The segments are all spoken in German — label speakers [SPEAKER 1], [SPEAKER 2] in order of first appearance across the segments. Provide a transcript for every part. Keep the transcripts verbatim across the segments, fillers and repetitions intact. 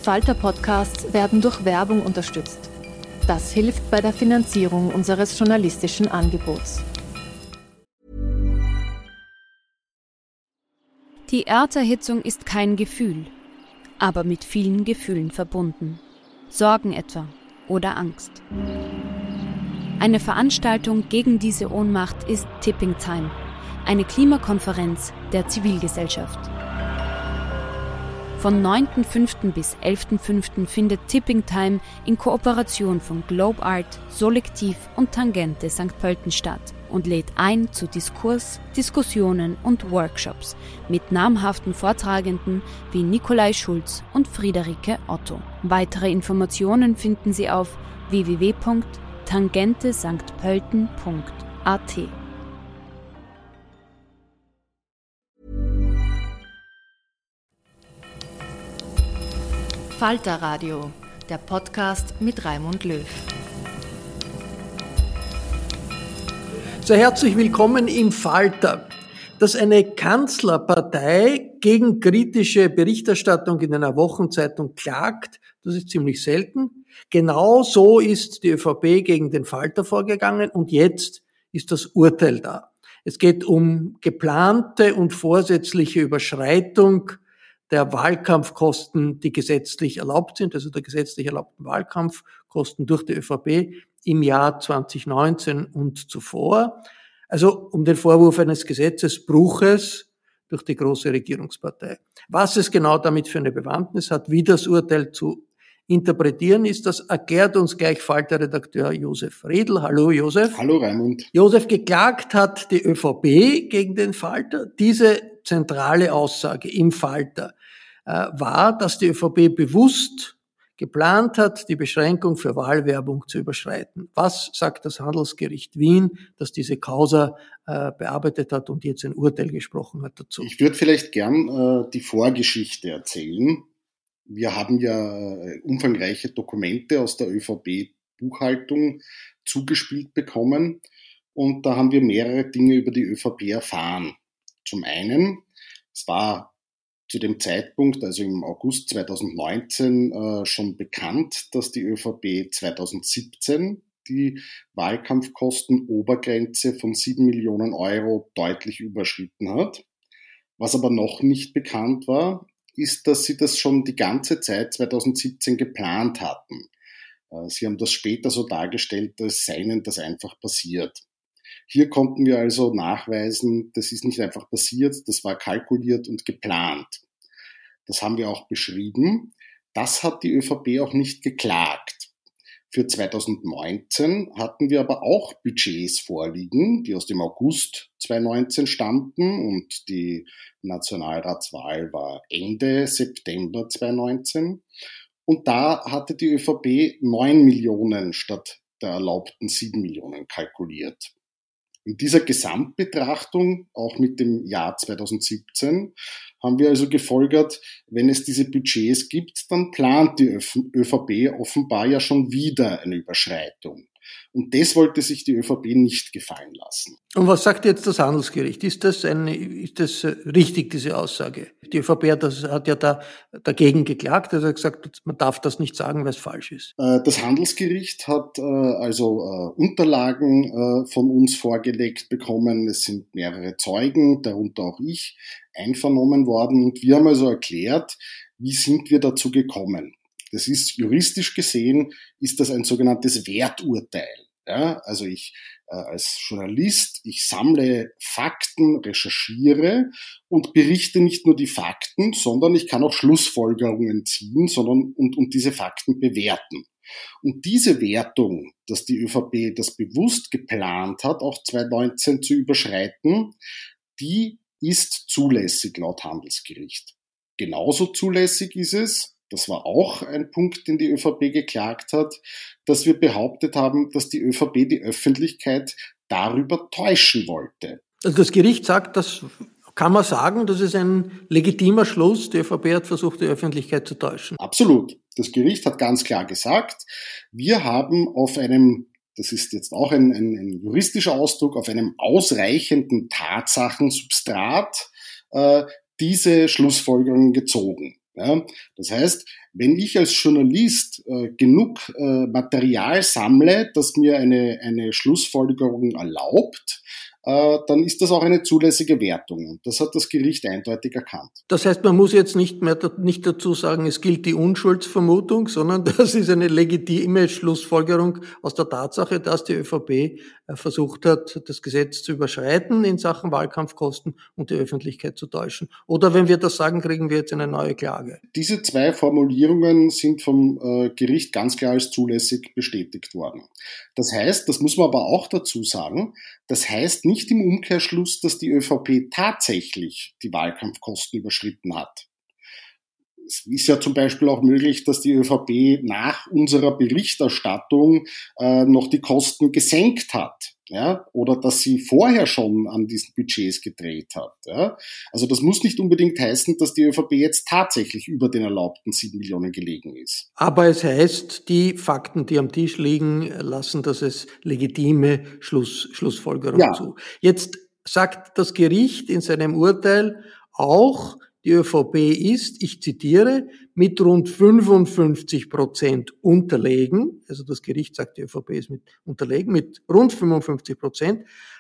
[SPEAKER 1] Falter-Podcasts werden durch Werbung unterstützt. Das hilft bei der Finanzierung unseres journalistischen Angebots.
[SPEAKER 2] Die Erderhitzung ist kein Gefühl, aber mit vielen Gefühlen verbunden. Sorgen etwa oder Angst. Eine Veranstaltung gegen diese Ohnmacht ist Tipping Time, eine Klimakonferenz der Zivilgesellschaft. Von neunten fünften bis elften fünften findet Tipping Time in Kooperation von Globe Art, Solektiv und Tangente Sankt Pölten statt und lädt ein zu Diskurs, Diskussionen und Workshops mit namhaften Vortragenden wie Nikolai Schulz und Friederike Otto. Weitere Informationen finden Sie auf w w w punkt tangente sankt pölten punkt a t.
[SPEAKER 1] Falter Radio, der Podcast mit Raimund Löw.
[SPEAKER 3] Sehr herzlich willkommen im Falter. Dass eine Kanzlerpartei gegen kritische Berichterstattung in einer Wochenzeitung klagt, das ist ziemlich selten. Genau so ist die ÖVP gegen den Falter vorgegangen und jetzt ist das Urteil da. Es geht um geplante und vorsätzliche Überschreitung der Wahlkampfkosten, die gesetzlich erlaubt sind, also der gesetzlich erlaubten Wahlkampfkosten durch die ÖVP im Jahr zwanzig neunzehn und zuvor. Also um den Vorwurf eines Gesetzesbruches durch die große Regierungspartei. Was es genau damit für eine Bewandtnis hat, wie das Urteil zu interpretieren ist, das erklärt uns gleich Falter-Redakteur Josef Redl. Hallo Josef.
[SPEAKER 4] Hallo Raimund.
[SPEAKER 3] Josef, geklagt hat die ÖVP gegen den Falter. Diese zentrale Aussage im Falter äh, war, dass die ÖVP bewusst geplant hat, die Beschränkung für Wahlwerbung zu überschreiten. Was sagt das Handelsgericht Wien, das diese Causa äh, bearbeitet hat und jetzt ein Urteil gesprochen hat dazu?
[SPEAKER 4] Ich würde vielleicht gern äh, die Vorgeschichte erzählen. Wir haben ja äh, umfangreiche Dokumente aus der ÖVP-Buchhaltung zugespielt bekommen und da haben wir mehrere Dinge über die ÖVP erfahren. Zum einen, es war zu dem Zeitpunkt, also im August zweitausendneunzehn, äh, schon bekannt, dass die ÖVP zweitausendsiebzehn die Wahlkampfkostenobergrenze von sieben Millionen Euro deutlich überschritten hat. Was aber noch nicht bekannt war, ist, dass sie das schon die ganze Zeit zweitausendsiebzehn geplant hatten. Äh, sie haben das später so dargestellt, als sei ihnen das einfach passiert. Hier konnten wir also nachweisen, das ist nicht einfach passiert, das war kalkuliert und geplant. Das haben wir auch beschrieben. Das hat die ÖVP auch nicht geklagt. Für zweitausendneunzehn hatten wir aber auch Budgets vorliegen, die aus dem August zweitausendneunzehn stammten und die Nationalratswahl war Ende September zweitausendneunzehn. Und da hatte die ÖVP neun Millionen statt der erlaubten sieben Millionen kalkuliert. In dieser Gesamtbetrachtung, auch mit dem Jahr zweitausendsiebzehn, haben wir also gefolgert, wenn es diese Budgets gibt, dann plant die ÖVP offenbar ja schon wieder eine Überschreitung. Und das wollte sich die ÖVP nicht gefallen lassen.
[SPEAKER 3] Und was sagt jetzt das Handelsgericht? Ist das eine, ist das richtig, diese Aussage? Die ÖVP hat, das, hat ja da dagegen geklagt, also hat gesagt, man darf das nicht sagen, weil es falsch ist.
[SPEAKER 4] Das Handelsgericht hat also Unterlagen von uns vorgelegt bekommen. Es sind mehrere Zeugen, darunter auch ich, einvernommen worden. Und wir haben also erklärt, wie sind wir dazu gekommen. Das ist juristisch gesehen, ist das ein sogenanntes Werturteil. Ja, also ich äh, als Journalist, ich sammle Fakten, recherchiere und berichte nicht nur die Fakten, sondern ich kann auch Schlussfolgerungen ziehen, sondern und, und diese Fakten bewerten. Und diese Wertung, dass die ÖVP das bewusst geplant hat, auch zweitausendneunzehn zu überschreiten, die ist zulässig laut Handelsgericht. Genauso zulässig ist es, das war auch ein Punkt, den die ÖVP geklagt hat, dass wir behauptet haben, dass die ÖVP die Öffentlichkeit darüber täuschen wollte.
[SPEAKER 3] Also das Gericht sagt, das kann man sagen, das ist ein legitimer Schluss. Die ÖVP hat versucht, die Öffentlichkeit zu täuschen.
[SPEAKER 4] Absolut. Das Gericht hat ganz klar gesagt, wir haben auf einem, das ist jetzt auch ein, ein, ein juristischer Ausdruck, auf einem ausreichenden Tatsachensubstrat äh, diese Schlussfolgerungen gezogen. Ja, das heißt, wenn ich als Journalist äh, genug äh, Material sammle, das mir eine, eine Schlussfolgerung erlaubt, äh, dann ist das auch eine zulässige Wertung. Und das hat das Gericht eindeutig erkannt.
[SPEAKER 3] Das heißt, man muss jetzt nicht mehr nicht dazu sagen, es gilt die Unschuldsvermutung, sondern das ist eine legitime Schlussfolgerung aus der Tatsache, dass die ÖVP äh, versucht hat, das Gesetz zu überschreiten in Sachen Wahlkampfkosten und die Öffentlichkeit zu täuschen. Oder wenn wir das sagen, kriegen wir jetzt eine neue Klage.
[SPEAKER 4] Diese zwei Formulierungen sind vom äh, Gericht ganz klar als zulässig bestätigt worden. Das heißt, das muss man aber auch dazu sagen, das heißt nicht im Umkehrschluss, dass die ÖVP tatsächlich die Wahlkampfkosten überschritten hat. Es ist ja zum Beispiel auch möglich, dass die ÖVP nach unserer Berichterstattung äh, noch die Kosten gesenkt hat, ja, oder dass sie vorher schon an diesen Budgets gedreht hat. Ja. Also das muss nicht unbedingt heißen, dass die ÖVP jetzt tatsächlich über den erlaubten sieben Millionen gelegen ist.
[SPEAKER 3] Aber es heißt, die Fakten, die am Tisch liegen, lassen das als legitime Schluss, Schlussfolgerung
[SPEAKER 4] Ja.
[SPEAKER 3] zu. Jetzt sagt das Gericht in seinem Urteil auch, die ÖVP ist, ich zitiere, mit rund fünfundfünfzig Prozent unterlegen, also das Gericht sagt, die ÖVP ist mit unterlegen, mit rund fünfundfünfzig Prozent,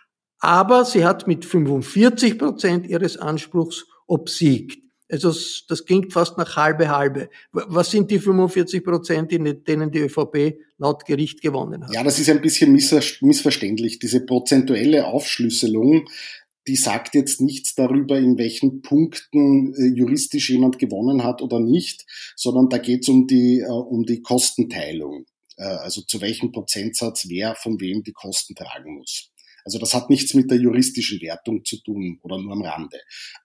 [SPEAKER 3] aber sie hat mit fünfundvierzig Prozent ihres Anspruchs obsiegt. Also das klingt fast nach halbe halbe. Was sind die fünfundvierzig Prozent, in denen die ÖVP laut Gericht gewonnen hat?
[SPEAKER 4] Ja, das ist ein bisschen missverständlich, diese prozentuelle Aufschlüsselung. Die sagt jetzt nichts darüber, in welchen Punkten äh, juristisch jemand gewonnen hat oder nicht, sondern da geht es um die äh, um die Kostenteilung, äh, also zu welchem Prozentsatz wer von wem die Kosten tragen muss. Also das hat nichts mit der juristischen Wertung zu tun oder nur am Rande.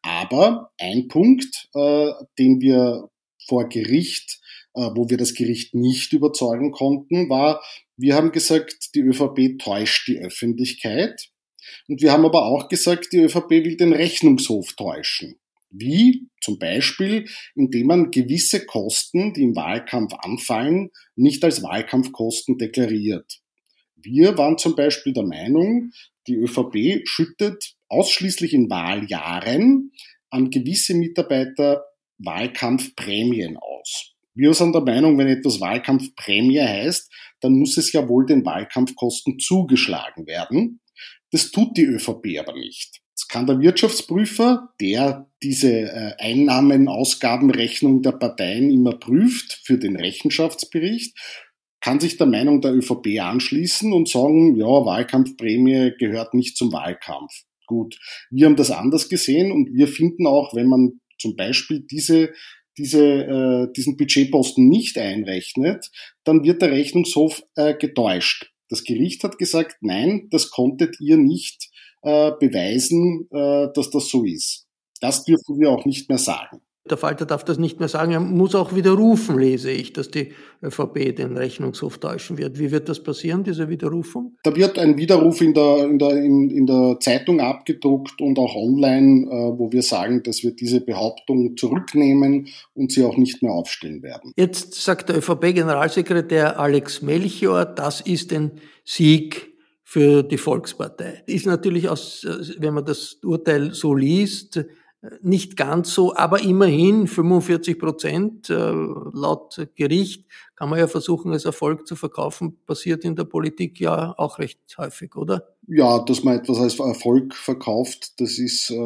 [SPEAKER 4] Aber ein Punkt, äh, den wir vor Gericht, äh, wo wir das Gericht nicht überzeugen konnten, war, wir haben gesagt, die ÖVP täuscht die Öffentlichkeit. Und wir haben aber auch gesagt, die ÖVP will den Rechnungshof täuschen. Wie? Zum Beispiel, indem man gewisse Kosten, die im Wahlkampf anfallen, nicht als Wahlkampfkosten deklariert. Wir waren zum Beispiel der Meinung, die ÖVP schüttet ausschließlich in Wahljahren an gewisse Mitarbeiter Wahlkampfprämien aus. Wir sind der Meinung, wenn etwas Wahlkampfprämie heißt, dann muss es ja wohl den Wahlkampfkosten zugeschlagen werden. Das tut die ÖVP aber nicht. Das kann der Wirtschaftsprüfer, der diese äh, Einnahmen-Ausgabenrechnung der Parteien immer prüft für den Rechenschaftsbericht, kann sich der Meinung der ÖVP anschließen und sagen, ja, Wahlkampfprämie gehört nicht zum Wahlkampf. Gut, wir haben das anders gesehen und wir finden auch, wenn man zum Beispiel diese diese, äh, diesen Budgetposten nicht einrechnet, dann wird der Rechnungshof äh, getäuscht. Das Gericht hat gesagt, nein, das konntet ihr nicht äh, beweisen, äh, dass das so ist. Das dürfen wir auch nicht mehr sagen.
[SPEAKER 3] Der Falter darf das nicht mehr sagen, er muss auch widerrufen, lese ich, dass die ÖVP den Rechnungshof täuschen wird. Wie wird das passieren, diese Widerrufung?
[SPEAKER 4] Da wird ein Widerruf in der, in der, in, in der Zeitung abgedruckt und auch online, äh, wo wir sagen, dass wir diese Behauptung zurücknehmen und sie auch nicht mehr aufstellen werden.
[SPEAKER 3] Jetzt sagt der ÖVP-Generalsekretär Alex Melchior, das ist ein Sieg für die Volkspartei. Ist natürlich, aus, wenn man das Urteil so liest, nicht ganz so, aber immerhin fünfundvierzig Prozent äh, laut Gericht kann man ja versuchen, als Erfolg zu verkaufen, passiert in der Politik ja auch recht häufig, oder?
[SPEAKER 4] Ja, dass man etwas als Erfolg verkauft, das ist äh,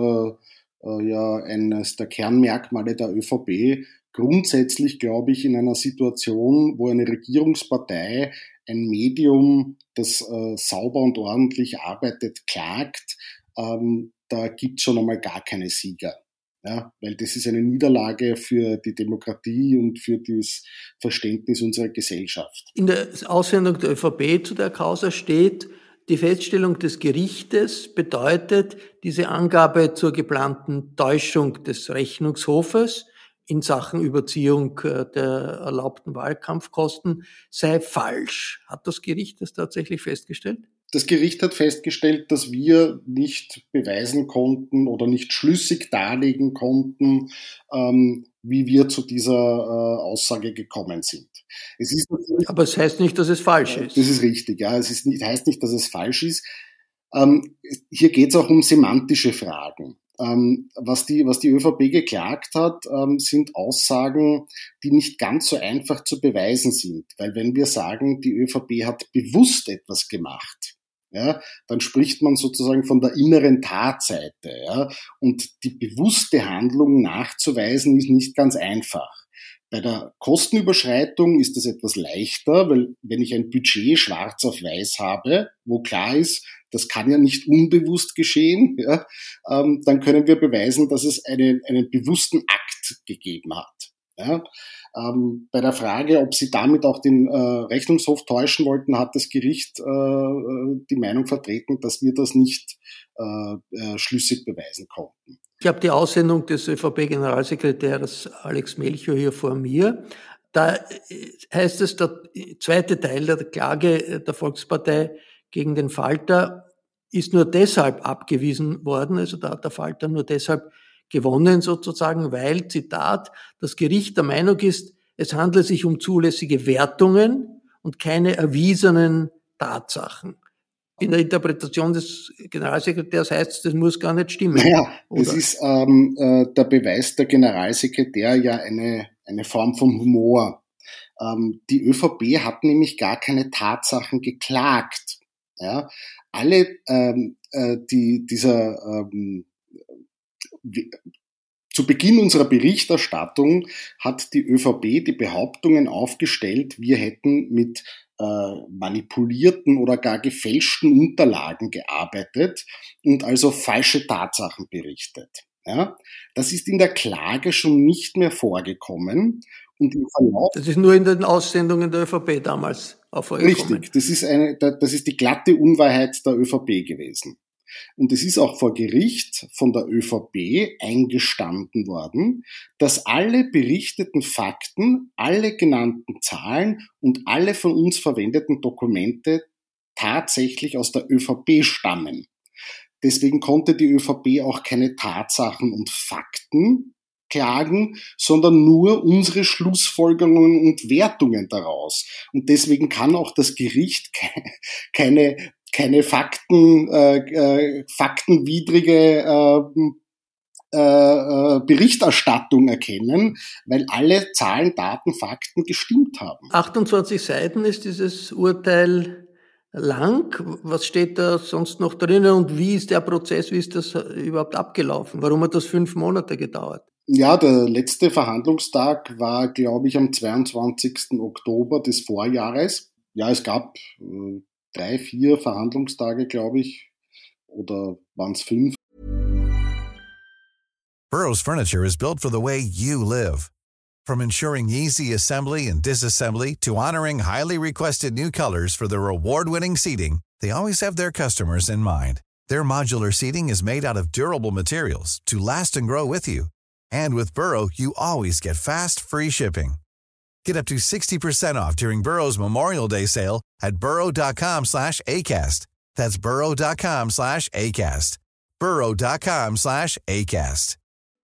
[SPEAKER 4] äh, ja eines der Kernmerkmale der ÖVP. Grundsätzlich glaube ich, in einer Situation, wo eine Regierungspartei ein Medium, das äh, sauber und ordentlich arbeitet, klagt, ähm, da gibt's schon einmal gar keine Sieger. Ja, weil das ist eine Niederlage für die Demokratie und für das Verständnis unserer Gesellschaft.
[SPEAKER 3] In der Aussendung der ÖVP zu der Causa steht, die Feststellung des Gerichtes bedeutet, diese Angabe zur geplanten Täuschung des Rechnungshofes in Sachen Überziehung der erlaubten Wahlkampfkosten sei falsch. Hat das Gericht das tatsächlich festgestellt?
[SPEAKER 4] Das Gericht hat festgestellt, dass wir nicht beweisen konnten oder nicht schlüssig darlegen konnten, ähm, wie wir zu dieser äh, Aussage gekommen sind. Es ist
[SPEAKER 3] Aber es heißt nicht, dass es falsch ist.
[SPEAKER 4] Das ist richtig, ja. Es ist nicht, heißt nicht, dass es falsch ist. Ähm, hier geht es auch um semantische Fragen. Ähm, was die, was die ÖVP geklagt hat, ähm, sind Aussagen, die nicht ganz so einfach zu beweisen sind. Weil wenn wir sagen, die ÖVP hat bewusst etwas gemacht, ja, dann spricht man sozusagen von der inneren Tatseite. Ja, und die bewusste Handlung nachzuweisen ist nicht ganz einfach. Bei der Kostenüberschreitung ist das etwas leichter, weil wenn ich ein Budget schwarz auf weiß habe, wo klar ist, das kann ja nicht unbewusst geschehen, ja, ähm, dann können wir beweisen, dass es einen, einen bewussten Akt gegeben hat. Ja. Ähm, bei der Frage, ob sie damit auch den äh, Rechnungshof täuschen wollten, hat das Gericht äh, die Meinung vertreten, dass wir das nicht äh, äh, schlüssig beweisen konnten.
[SPEAKER 3] Ich habe die Aussendung des ÖVP-Generalsekretärs Alex Melchior hier vor mir. Da heißt es, der zweite Teil der Klage der Volkspartei gegen den Falter ist nur deshalb abgewiesen worden, also da hat der Falter nur deshalb gewonnen sozusagen, weil, Zitat, das Gericht der Meinung ist, es handle sich um zulässige Wertungen und keine erwiesenen Tatsachen. In der Interpretation des Generalsekretärs heißt es, das muss gar nicht stimmen.
[SPEAKER 4] Naja,
[SPEAKER 3] oder?
[SPEAKER 4] Das ist ähm, äh, der Beweis der Generalsekretär ja eine, eine Form von Humor. Ähm, die ÖVP hat nämlich gar keine Tatsachen geklagt. Ja? Alle ähm, äh, die, dieser ähm, wie, Zu Beginn unserer Berichterstattung hat die ÖVP die Behauptungen aufgestellt, wir hätten mit äh, manipulierten oder gar gefälschten Unterlagen gearbeitet und also falsche Tatsachen berichtet. Ja? Das ist in der Klage schon nicht mehr vorgekommen. Und im Verlauf
[SPEAKER 3] das ist nur in den Aussendungen der ÖVP damals auch vorgekommen.
[SPEAKER 4] Richtig, das ist, eine, das ist die glatte Unwahrheit der ÖVP gewesen. Und es ist auch vor Gericht von der ÖVP eingestanden worden, dass alle berichteten Fakten, alle genannten Zahlen und alle von uns verwendeten Dokumente tatsächlich aus der ÖVP stammen. Deswegen konnte die ÖVP auch keine Tatsachen und Fakten klagen, sondern nur unsere Schlussfolgerungen und Wertungen daraus. Und deswegen kann auch das Gericht keine keine Fakten, äh, äh, faktenwidrige äh, äh, Berichterstattung erkennen, weil alle Zahlen, Daten, Fakten gestimmt haben.
[SPEAKER 3] achtundzwanzig Seiten ist dieses Urteil lang. Was steht da sonst noch drinnen und wie ist der Prozess, wie ist das überhaupt abgelaufen? Warum hat das fünf Monate gedauert?
[SPEAKER 4] Ja, der letzte Verhandlungstag war, glaube ich, am zweiundzwanzigsten Oktober des Vorjahres. Ja, es gab äh, drei, vier Verhandlungstage, glaube ich, oder waren es fünf.
[SPEAKER 5] Burrow's furniture is built for the way you live. From ensuring easy assembly and disassembly to honoring highly requested new colors for their award-winning seating, they always have their customers in mind. Their modular seating is made out of durable materials to last and grow with you. And with Burrow, you always get fast, free shipping. Get up to sixty percent off during Burrow's Memorial Day sale at burrow.com slash ACAST. That's burrow.com slash ACAST. burrow.com slash ACAST.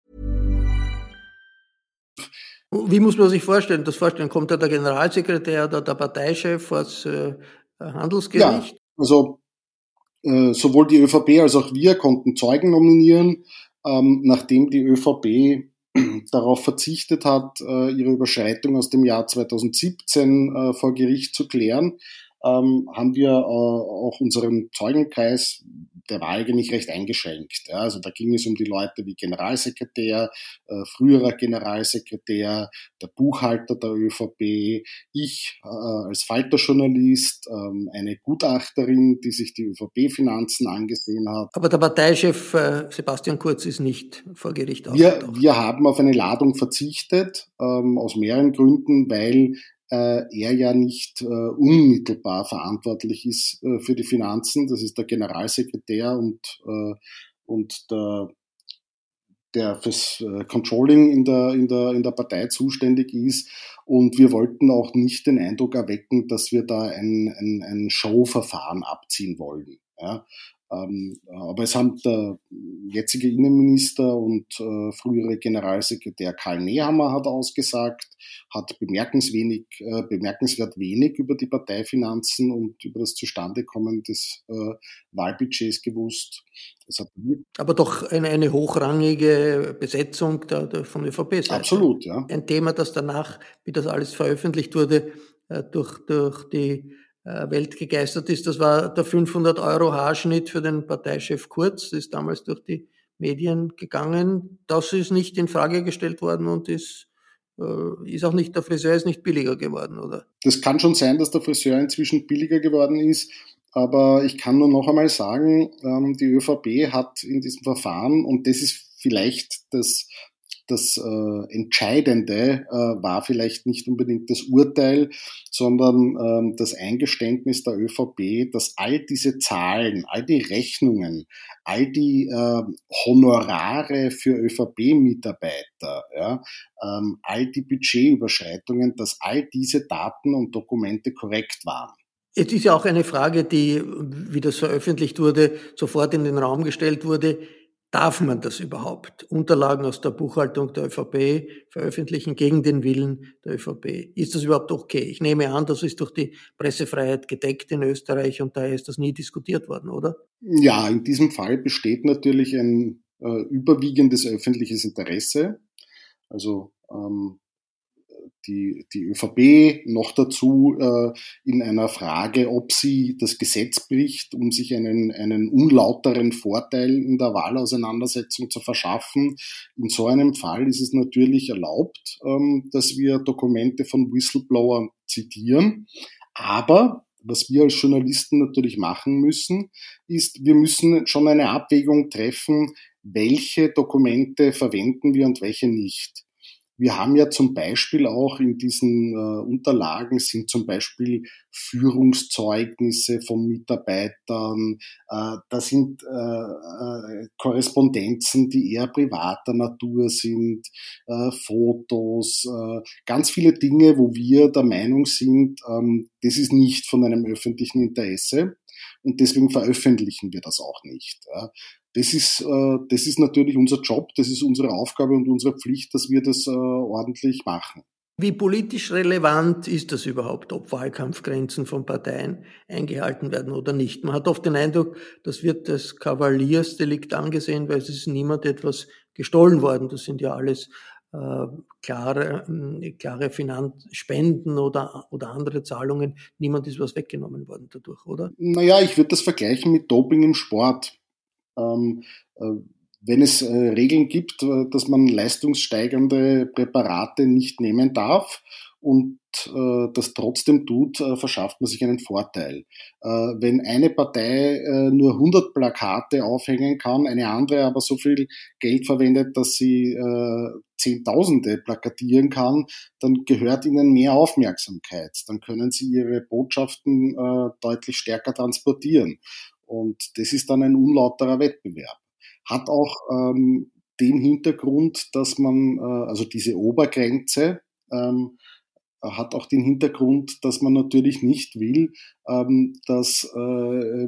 [SPEAKER 3] Wie muss man sich vorstellen? Das vorstellen, kommt da der Generalsekretär oder der Parteichef vor das äh, Handelsgericht?
[SPEAKER 4] Ja, also äh, sowohl die ÖVP als auch wir konnten Zeugen nominieren, ähm, nachdem die ÖVP darauf verzichtet hat, ihre Überschreitung aus dem Jahr zweitausendsiebzehn vor Gericht zu klären, ähm, haben wir auch unseren Zeugenkreis, der war eigentlich recht eingeschränkt. Ja. Also da ging es um die Leute wie Generalsekretär, äh, früherer Generalsekretär, der Buchhalter der ÖVP, ich äh, als Falter-Journalist, ähm, eine Gutachterin, die sich die ÖVP-Finanzen angesehen hat.
[SPEAKER 3] Aber der Parteichef äh, Sebastian Kurz ist nicht vor Gericht
[SPEAKER 4] wir, wir haben auf eine Ladung verzichtet, ähm, aus mehreren Gründen, weil er ja nicht äh, unmittelbar verantwortlich ist äh, für die Finanzen. Das ist der Generalsekretär und, äh, und der, der fürs äh, Controlling in der, in, der, in der Partei zuständig ist. Und wir wollten auch nicht den Eindruck erwecken, dass wir da ein, ein, ein Showverfahren abziehen wollen. Ja? Ähm, aber es haben der jetzige Innenminister und äh, frühere Generalsekretär Karl Nehammer hat ausgesagt, hat bemerkenswenig, äh, bemerkenswert wenig über die Parteifinanzen und über das Zustandekommen des äh, Wahlbudgets gewusst. Es hat
[SPEAKER 3] aber doch eine, eine hochrangige Besetzung der, der von ÖVP Seite.
[SPEAKER 4] Absolut, ja.
[SPEAKER 3] Ein Thema, das danach, wie das alles veröffentlicht wurde, äh, durch, durch die Welt gegeistert ist. Das war der fünfhundert Euro Haarschnitt für den Parteichef Kurz. Das ist damals durch die Medien gegangen. Das ist nicht in Frage gestellt worden und ist, äh, ist auch nicht, der Friseur ist nicht billiger geworden, oder?
[SPEAKER 4] Das kann schon sein, dass der Friseur inzwischen billiger geworden ist. Aber ich kann nur noch einmal sagen, ähm, die ÖVP hat in diesem Verfahren, und das ist vielleicht das Das äh, Entscheidende äh, war vielleicht nicht unbedingt das Urteil, sondern ähm, das Eingeständnis der ÖVP, dass all diese Zahlen, all die Rechnungen, all die äh, Honorare für ÖVP-Mitarbeiter, ja, ähm, all die Budgetüberschreitungen, dass all diese Daten und Dokumente korrekt waren.
[SPEAKER 3] Es ist ja auch eine Frage, die, wie das veröffentlicht wurde, sofort in den Raum gestellt wurde. Darf man das überhaupt? Unterlagen aus der Buchhaltung der ÖVP veröffentlichen gegen den Willen der ÖVP? Ist das überhaupt okay? Ich nehme an, das ist durch die Pressefreiheit gedeckt in Österreich und daher ist das nie diskutiert worden, oder?
[SPEAKER 4] Ja, in diesem Fall besteht natürlich ein äh, überwiegendes öffentliches Interesse. Also ähm, Die, die ÖVP noch dazu äh, in einer Frage, ob sie das Gesetz bricht, um sich einen, einen unlauteren Vorteil in der Wahlauseinandersetzung zu verschaffen. In so einem Fall ist es natürlich erlaubt, ähm, dass wir Dokumente von Whistleblowern zitieren. Aber was wir als Journalisten natürlich machen müssen, ist, wir müssen schon eine Abwägung treffen, welche Dokumente verwenden wir und welche nicht. Wir haben ja zum Beispiel auch in diesen äh, Unterlagen sind zum Beispiel Führungszeugnisse von Mitarbeitern, äh, da sind äh, äh, Korrespondenzen, die eher privater Natur sind, äh, Fotos, äh, ganz viele Dinge, wo wir der Meinung sind, ähm, das ist nicht von einem öffentlichen Interesse und deswegen veröffentlichen wir das auch nicht. Ja. Das ist, äh, das ist natürlich unser Job, das ist unsere Aufgabe und unsere Pflicht, dass wir das äh, ordentlich machen.
[SPEAKER 3] Wie politisch relevant ist das überhaupt, ob Wahlkampfgrenzen von Parteien eingehalten werden oder nicht? Man hat oft den Eindruck, das wird als Kavaliersdelikt angesehen, weil es ist niemand etwas gestohlen worden. Das sind ja alles äh, klare, äh, klare Finanzspenden oder, oder andere Zahlungen. Niemand ist was weggenommen worden dadurch, oder?
[SPEAKER 4] Naja, ich würde das vergleichen mit Doping im Sport. Ähm, äh, wenn es äh, Regeln gibt, äh, dass man leistungssteigernde Präparate nicht nehmen darf und äh, das trotzdem tut, äh, verschafft man sich einen Vorteil. Äh, wenn eine Partei äh, nur hundert Plakate aufhängen kann, eine andere aber so viel Geld verwendet, dass sie äh, Zehntausende plakatieren kann, dann gehört ihnen mehr Aufmerksamkeit. Dann können sie ihre Botschaften äh, deutlich stärker transportieren. Und das ist dann ein unlauterer Wettbewerb. Hat auch ähm, den Hintergrund, dass man, äh, also diese Obergrenze, ähm, hat auch den Hintergrund, dass man natürlich nicht will, ähm, dass äh,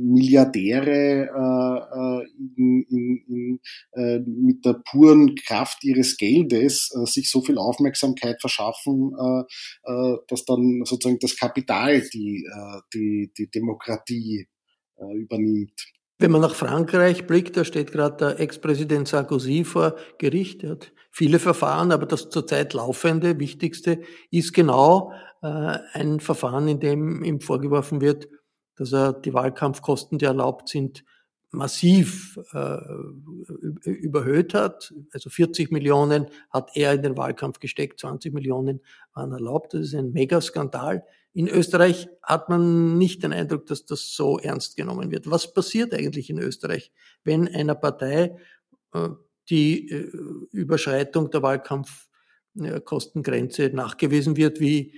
[SPEAKER 4] Milliardäre äh, in, in, in, äh, mit der puren Kraft ihres Geldes äh, sich so viel Aufmerksamkeit verschaffen, äh, äh, dass dann sozusagen das Kapital die, äh, die, die Demokratie äh, übernimmt.
[SPEAKER 3] Wenn man nach Frankreich blickt, da steht gerade der Ex-Präsident Sarkozy vor Gericht. Er hat viele Verfahren, aber das zurzeit laufende, wichtigste, ist genau äh, ein Verfahren, in dem ihm vorgeworfen wird, dass er die Wahlkampfkosten, die erlaubt sind, massiv äh, überhöht hat. Also vierzig Millionen hat er in den Wahlkampf gesteckt, zwanzig Millionen waren erlaubt. Das ist ein Megaskandal. In Österreich hat man nicht den Eindruck, dass das so ernst genommen wird. Was passiert eigentlich in Österreich, wenn einer Partei äh, die äh, Überschreitung der Wahlkampfkostengrenze nachgewiesen wird, wie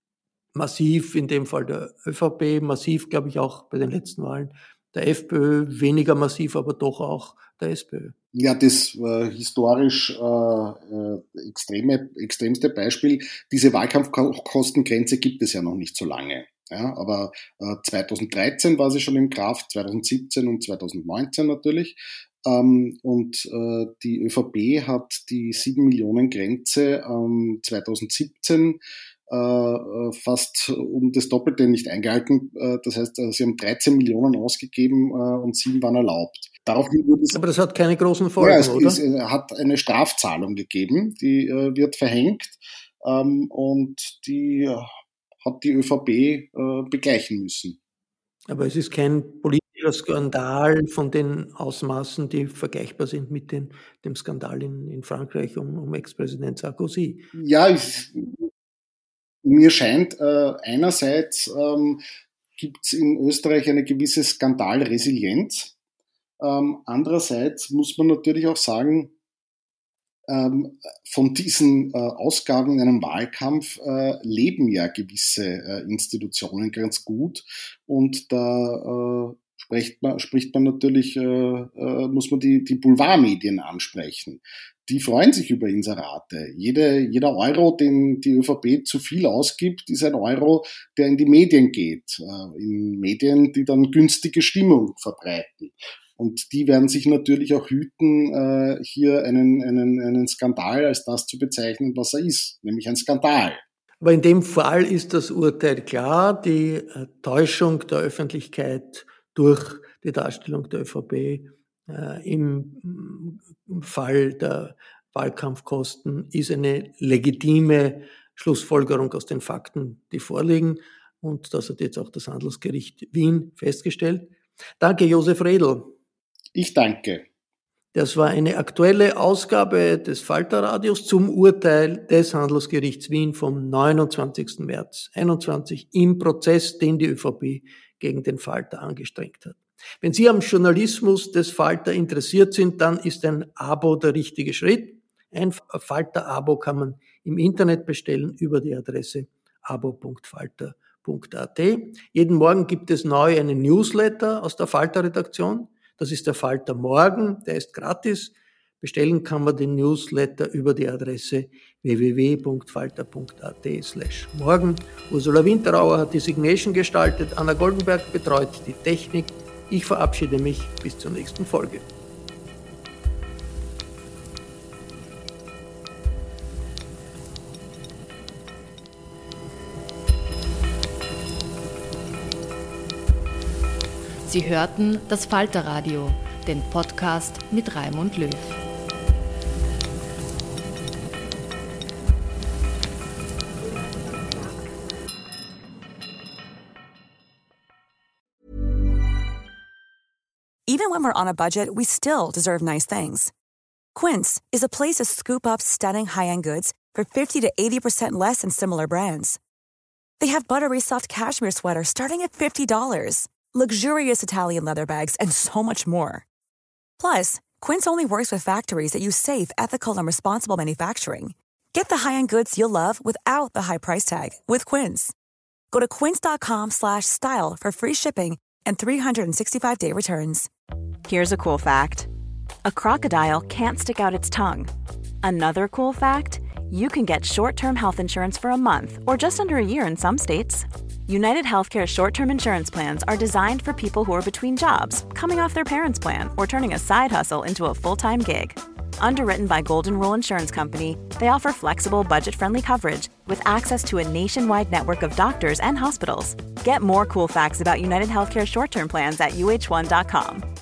[SPEAKER 3] massiv in dem Fall der ÖVP, massiv, glaube ich, auch bei den letzten Wahlen der FPÖ, weniger massiv, aber doch auch der SPÖ.
[SPEAKER 4] Ja, das äh, historisch äh, äh, extreme, extremste Beispiel, diese Wahlkampfkostengrenze gibt es ja noch nicht so lange. Ja, aber äh, zweitausenddreizehn war sie schon in Kraft, zweitausendsiebzehn und zweitausendneunzehn natürlich. Ähm, und äh, die ÖVP hat die sieben Millionen Grenze ähm, zweitausendsiebzehn äh, fast um das Doppelte nicht eingehalten. Äh, das heißt, äh, sie haben dreizehn Millionen ausgegeben äh, und sieben waren erlaubt. Daraufhin wurde es,
[SPEAKER 3] aber das hat keine großen Folgen,
[SPEAKER 4] ja, es,
[SPEAKER 3] oder?
[SPEAKER 4] Es äh, hat eine Strafzahlung gegeben, die äh, wird verhängt ähm, und die äh, hat die ÖVP äh, begleichen müssen.
[SPEAKER 3] Aber es ist kein politischer Skandal von den Ausmaßen, die vergleichbar sind mit den, dem Skandal in, in Frankreich um, um Ex-Präsident Sarkozy.
[SPEAKER 4] Ja, ich, mir scheint, äh, einerseits ähm, gibt es in Österreich eine gewisse Skandalresilienz. Ähm, andererseits muss man natürlich auch sagen, ähm, von diesen äh, Ausgaben in einem Wahlkampf äh, leben ja gewisse äh, Institutionen ganz gut und da äh, spricht man, spricht man natürlich, äh, äh, muss man die, die Boulevardmedien ansprechen. Die freuen sich über Inserate. Jede, jeder Euro, den die ÖVP zu viel ausgibt, ist ein Euro, der in die Medien geht. Äh, in Medien, die dann günstige Stimmung verbreiten. Und die werden sich natürlich auch hüten, äh, hier einen, einen, einen Skandal als das zu bezeichnen, was er ist, nämlich ein Skandal.
[SPEAKER 3] Aber in dem Fall ist das Urteil klar. Die äh, Täuschung der Öffentlichkeit durch die Darstellung der ÖVP äh, im, im Fall der Wahlkampfkosten ist eine legitime Schlussfolgerung aus den Fakten, die vorliegen. Und das hat jetzt auch das Handelsgericht Wien festgestellt. Danke, Josef Redl.
[SPEAKER 4] Ich danke.
[SPEAKER 3] Das war eine aktuelle Ausgabe des Falter-Radios zum Urteil des Handelsgerichts Wien vom neunundzwanzigsten März einundzwanzig im Prozess, den die ÖVP gegen den Falter angestrengt hat. Wenn Sie am Journalismus des Falter interessiert sind, dann ist ein Abo der richtige Schritt. Ein Falter-Abo kann man im Internet bestellen über die Adresse abo punkt falter punkt a t. Jeden Morgen gibt es neu einen Newsletter aus der Falter-Redaktion. Das ist der Falter Morgen, der ist gratis. Bestellen kann man den Newsletter über die Adresse w w w punkt falter punkt a t slash morgen. Ursula Winterauer hat die Signation gestaltet, Anna Goldenberg betreut die Technik. Ich verabschiede mich bis zur nächsten Folge.
[SPEAKER 1] Sie hörten das Falter-Radio, den Podcast mit Raimund Löw.
[SPEAKER 6] Even when we're on a budget, we still deserve nice things. Quince is a place to scoop up stunning high-end goods for fifty to eighty percent less than similar brands. They have buttery soft cashmere sweaters starting at fifty dollars. Luxurious Italian leather bags, and so much more. Plus, Quince only works with factories that use safe, ethical, and responsible manufacturing. Get the high-end goods you'll love without the high price tag with Quince. Go to quince.com slash style for free shipping and three sixty-five day returns.
[SPEAKER 7] Here's a cool fact. A crocodile can't stick out its tongue. Another cool fact, you can get short-term health insurance for a month or just under a year in some states. United Healthcare short-term insurance plans are designed for people who are between jobs, coming off their parents' plan, or turning a side hustle into a full-time gig. Underwritten by Golden Rule Insurance Company, they offer flexible, budget-friendly coverage with access to a nationwide network of doctors and hospitals. Get more cool facts about United Healthcare short-term plans at u h one dot com.